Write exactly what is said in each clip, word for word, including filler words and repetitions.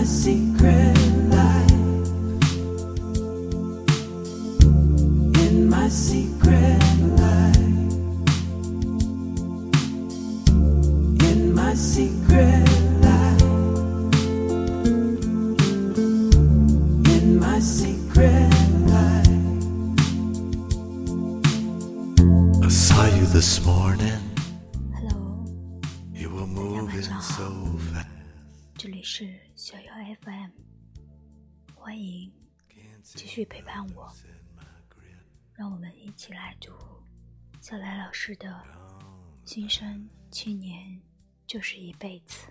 my secret life, in my secret life, in my secret life, in my secret life. I saw you this morning.Hello， 大家晚上好，这里是逍遥 F M， 欢迎继续陪伴我，让我们一起来读小来老师的《新生七年就是一辈子》。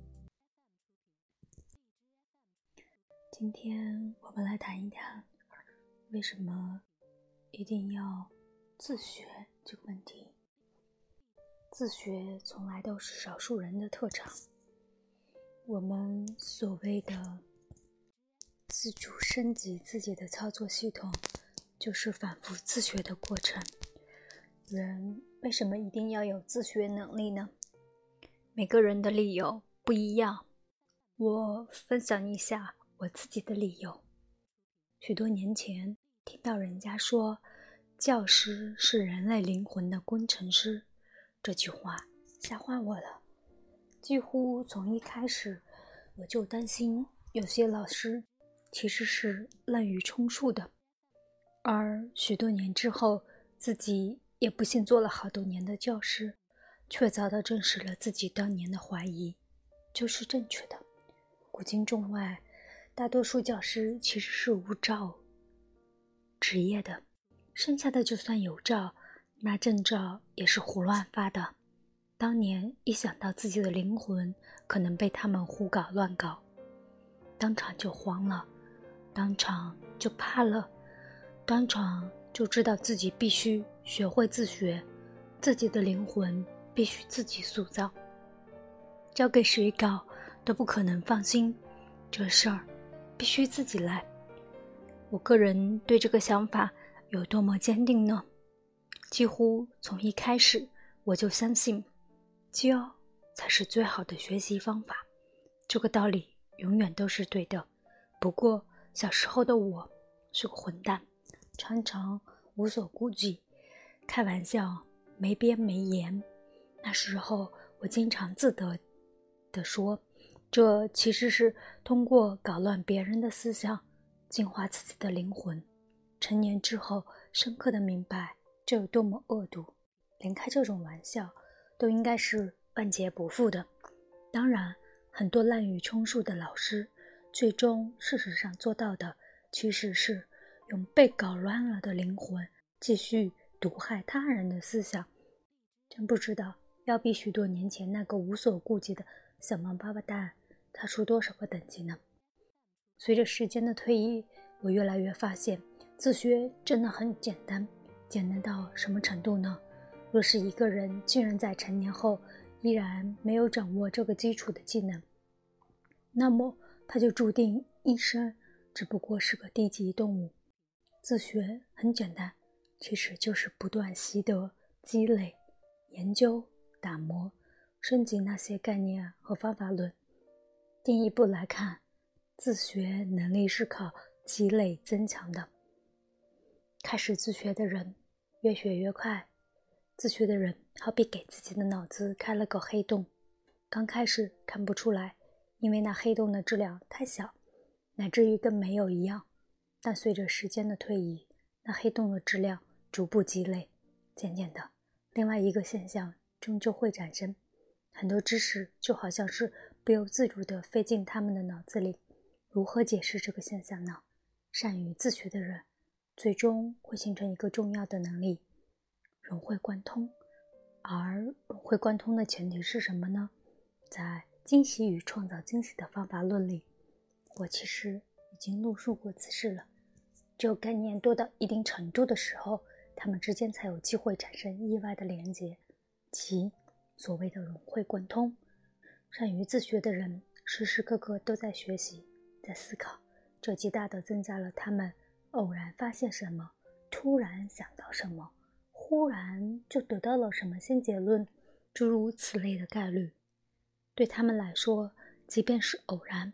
今天我们来谈一谈为什么一定要自学这个问题。自学从来都是少数人的特长，我们所谓的自主升级自己的操作系统，就是反复自学的过程。人为什么一定要有自学能力呢？每个人的理由不一样，我分享一下我自己的理由。许多年前听到人家说，教师是人类灵魂的工程师，这句话吓坏我了。几乎从一开始我就担心有些老师其实是滥竽充数的，而许多年之后自己也不幸做了好多年的教师，却早早证实了自己当年的怀疑就是正确的。古今中外，大多数教师其实是无照职业的，剩下的就算有照，那证照也是胡乱发的。当年一想到自己的灵魂可能被他们胡搞乱搞，当场就慌了，当场就怕了，当场就知道自己必须学会自学，自己的灵魂必须自己塑造，交给谁搞都不可能放心，这事儿必须自己来。我个人对这个想法有多么坚定呢？几乎从一开始我就相信教才是最好的学习方法，这个道理永远都是对的。不过小时候的我是个混蛋，常常无所顾忌，开玩笑没边没沿。那时候我经常自得地说，这其实是通过搞乱别人的思想净化自己的灵魂。成年之后深刻地明白这有多么恶毒，连开这种玩笑都应该是万劫不复的。当然很多滥竽充数的老师最终事实上做到的其实是用被搞乱了的灵魂继续毒害他人的思想。真不知道要比许多年前那个无所顾忌的小王八蛋他出多少个等级呢？随着时间的推移，我越来越发现自学真的很简单。简单到什么程度呢？若是一个人竟然在成年后依然没有掌握这个基础的技能，那么他就注定一生只不过是个低级动物。自学很简单，其实就是不断习得、积累、研究、打磨、升级那些概念和方法论。第一步来看，自学能力是靠积累增强的。开始自学的人越学越快，自学的人好比给自己的脑子开了个黑洞，刚开始看不出来，因为那黑洞的质量太小，乃至于跟没有一样。但随着时间的推移，那黑洞的质量逐步积累，渐渐的，另外一个现象终究会产生，很多知识就好像是不由自主地飞进他们的脑子里。如何解释这个现象呢？善于自学的人最终会形成一个重要的能力，融会贯通。而融会贯通的前提是什么呢？在惊喜与创造惊喜的方法论里，我其实已经论述过此事了。只有概念多到一定程度的时候，它们之间才有机会产生意外的连结，即所谓的融会贯通。善于自学的人时时刻刻都在学习，在思考，这极大地增加了他们偶然发现什么，突然想到什么，忽然就得到了什么新结论，诸如此类的概率。对他们来说，即便是偶然，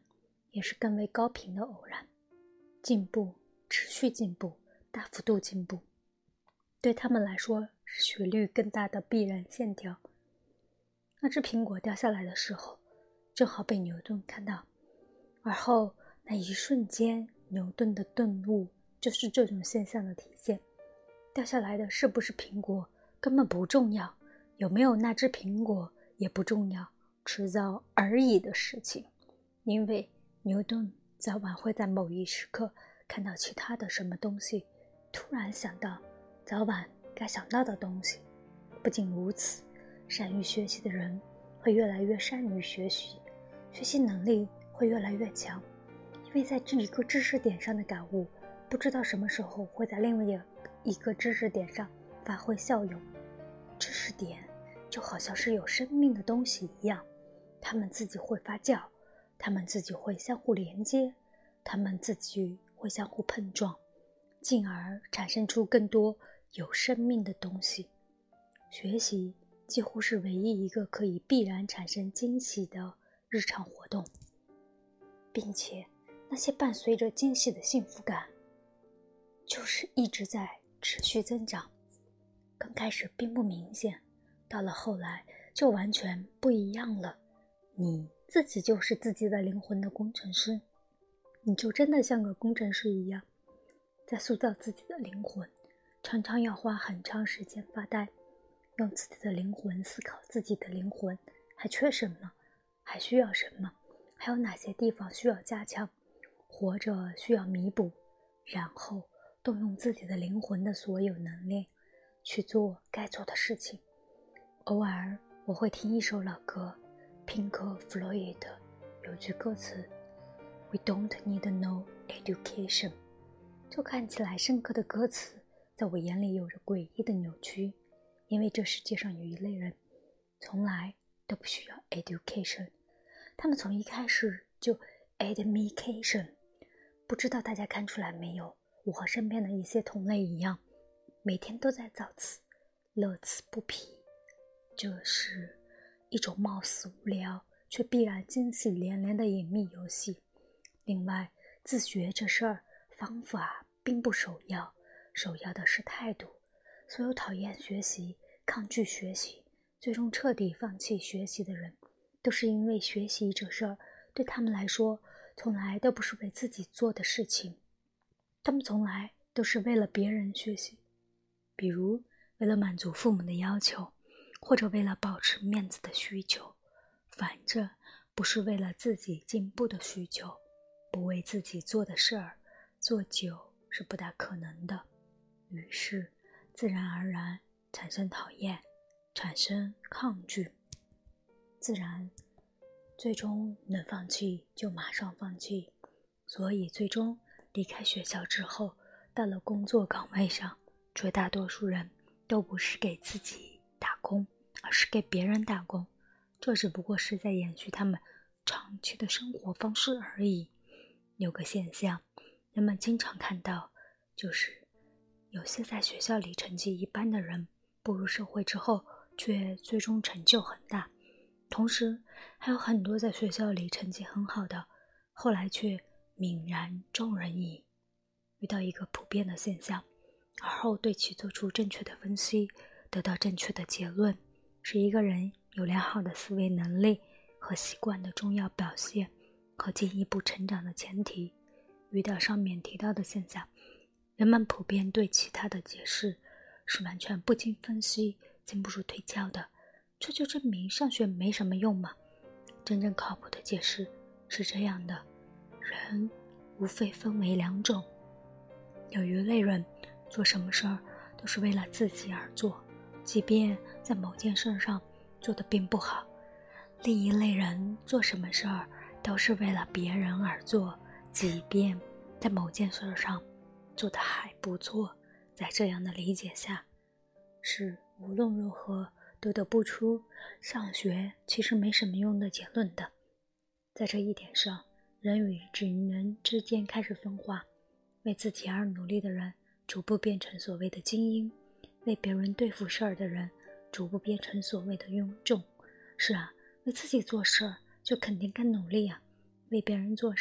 也是更为高频的偶然。进步，持续进步，大幅度进步，对他们来说是学率更大的必然线条。那只苹果掉下来的时候，正好被牛顿看到，而后那一瞬间，牛顿的顿悟就是这种现象的体现。掉下来的是不是苹果根本不重要，有没有那只苹果也不重要，迟早而已的事情。因为牛顿早晚会在某一时刻看到其他的什么东西，突然想到早晚该想到的东西。不仅如此，善于学习的人会越来越善于学习，学习能力会越来越强，因为在这一个知识点上的感悟，不知道什么时候会在另外一个知识点上发挥效用。知识点就好像是有生命的东西一样，它们自己会发酵，它们自己会相互连接，它们自己会相互碰撞，进而产生出更多有生命的东西。学习几乎是唯一一个可以必然产生惊喜的日常活动，并且那些伴随着惊喜的幸福感就是一直在持续增长。刚开始并不明显，到了后来就完全不一样了。你自己就是自己的灵魂的工程师，你就真的像个工程师一样，在塑造自己的灵魂，常常要花很长时间发呆，用自己的灵魂思考自己的灵魂还缺什么，还需要什么，还有哪些地方需要加强，活着需要弥补，然后动用自己的灵魂的所有能力去做该做的事情。偶尔我会听一首老歌， Pink Floyd 有句歌词 We don't need no education， 就看起来深刻的歌词在我眼里有着诡异的扭曲，因为这世界上有一类人从来都不需要 education， 他们从一开始就 admication。 不知道大家看出来没有，我和身边的一些同类一样，每天都在造词，乐此不疲。这是一种貌似无聊却必然惊喜连连的隐秘游戏。另外，自学这事儿，方法并不首要，首要的是态度。所有讨厌学习、抗拒学习，最终彻底放弃学习的人，都是因为学习这事儿对他们来说从来都不是为自己做的事情，他们从来都是为了别人学习。比如为了满足父母的要求，或者为了保持面子的需求，反正不是为了自己进步的需求。不为自己做的事儿，做久是不大可能的，于是自然而然产生讨厌，产生抗拒，自然最终能放弃就马上放弃。所以最终离开学校之后，到了工作岗位上，绝大多数人都不是给自己打工，而是给别人打工，这只不过是在延续他们长期的生活方式而已。有个现象人们经常看到，就是有些在学校里成绩一般的人，步入社会之后却最终成就很大，同时还有很多在学校里成绩很好的，后来却泯然众人矣。遇到一个普遍的现象，而后对其做出正确的分析，得到正确的结论，是一个人有良好的思维能力和习惯的重要表现和进一步成长的前提。遇到上面提到的现象，人们普遍对其他的解释是完全不经分析、经不住推敲的，这就证明上学没什么用吗？真正靠谱的解释是这样的：人无非分为两种，有一类人做什么事儿都是为了自己而做，即便在某件事上做得并不好；另一类人做什么事儿都是为了别人而做，即便在某件事上做得还不错。在这样的理解下，是无论如何都得不出上学其实没什么用的结论的。在这一点上，人与人之间开始分化，为自己而努力的人逐步变成所谓的精英，为别人对付事儿的人逐步变成所谓的庸众。是啊，为自己做事儿就肯定更努力啊，为别人做事儿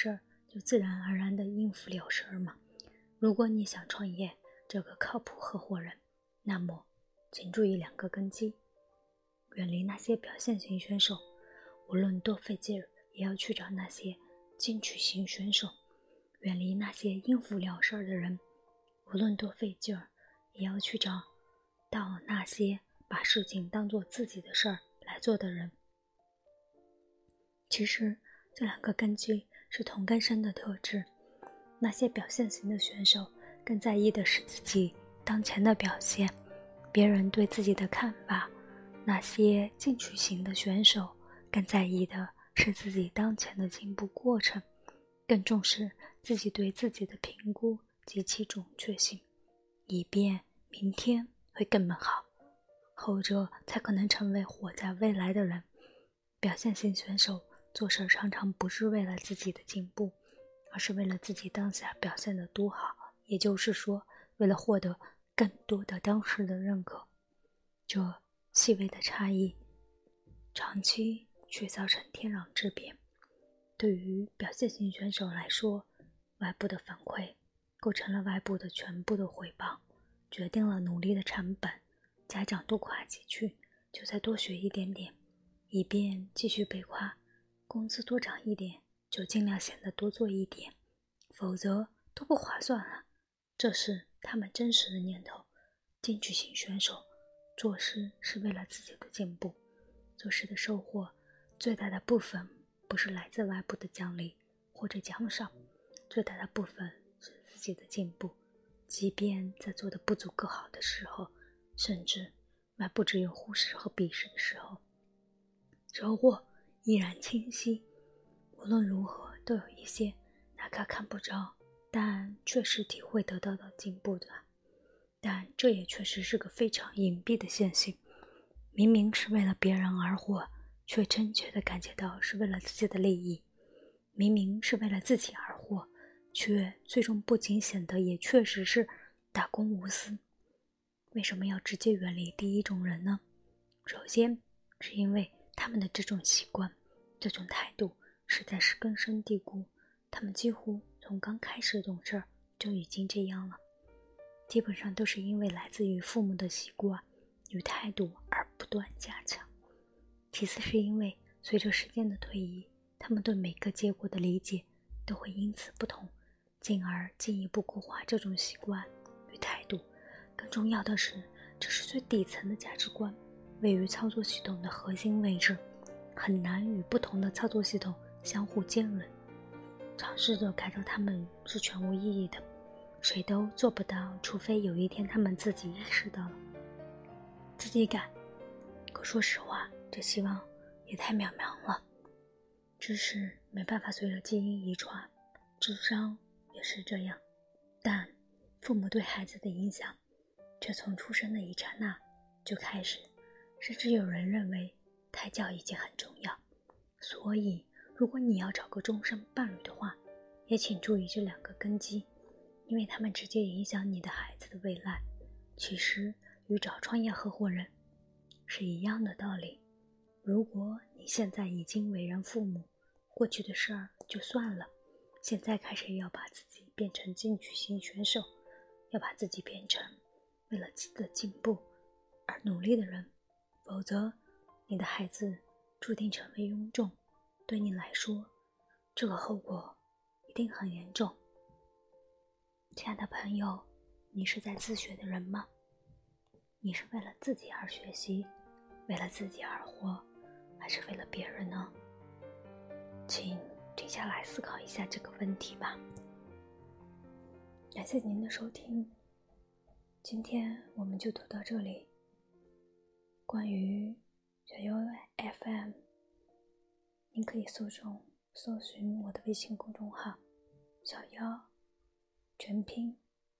就自然而然地应付了事儿吗？如果你想创业，这个靠谱合伙人，那么请注意两个根基：远离那些表现型选手，无论多费劲儿，也要去找那些进取型选手；远离那些应付了事儿的人，无论多费劲儿，也要去找到那些把事情当作自己的事儿来做的人。其实这两个根基是同根生的特质。那些表现型的选手更在意的是自己当前的表现，别人对自己的看法；那些进取型的选手更在意的是自己当前的进步过程，更重视自己对自己的评估及其准确性，以便明天会更好，后者才可能成为活在未来的人。表现型选手做事常常不是为了自己的进步，而是为了自己当下表现得多好，也就是说，为了获得更多的当时的认可。这细微的差异，长期却造成天壤之别。对于表现型选手来说，外部的反馈构成了外部的全部的回报，决定了努力的成本。家长多夸几句，就再多学一点点，以便继续被夸；工资多涨一点，就尽量显得多做一点，否则都不划算了。这是他们真实的念头。进取型选手做事是为了自己的进步，做事的收获最大的部分不是来自外部的奖励或者奖赏，最大的部分是自己的进步。即便在做得不足够好的时候，甚至外部只有忽视和鄙视的时候，收获依然清晰。无论如何，都有一些哪怕看不着，但确实体会得到的进步的。但这也确实是个非常隐蔽的现象，明明是为了别人而活，却真切地感觉到是为了自己的利益；明明是为了自己而活，却最终不仅显得也确实是大公无私。为什么要直接远离第一种人呢？首先是因为他们的这种习惯，这种态度实在是根深蒂固，他们几乎从刚开始懂事就已经这样了，基本上都是因为来自于父母的习惯与态度而不断加强。其次是因为随着时间的推移，他们对每个结果的理解都会因此不同，进而进一步固化这种习惯与态度。更重要的是，这是最底层的价值观，位于操作系统的核心位置，很难与不同的操作系统相互兼容。尝试着改造它们是全无意义的，谁都做不到，除非有一天他们自己意识到了自己改。可说实话，这希望也太渺茫了。知识没办法随着基因遗传，智商也是这样，但父母对孩子的影响却从出生的一刹那就开始，甚至有人认为胎教已经很重要。所以如果你要找个终身伴侣的话，也请注意这两个根基，因为他们直接影响你的孩子的未来。其实与找创业合伙人是一样的道理。如果你现在已经为人父母，过去的事儿就算了，现在开始要把自己变成进取型选手，要把自己变成为了自己的进步而努力的人，否则你的孩子注定成为庸众，对你来说，这个后果一定很严重。亲爱的朋友，你是在自学的人吗？你是为了自己而学习，为了自己而活，还是为了别人呢？请停下来思考一下这个问题吧。感谢您的收听，今天我们就读到这里。关于小优 F M， 您可以搜中搜寻我的微信公众号小妖全拼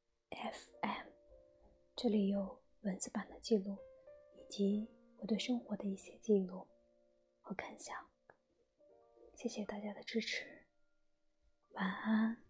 F M， 这里有文字版的记录以及我对生活的一些记录和感想。谢谢大家的支持，晚安。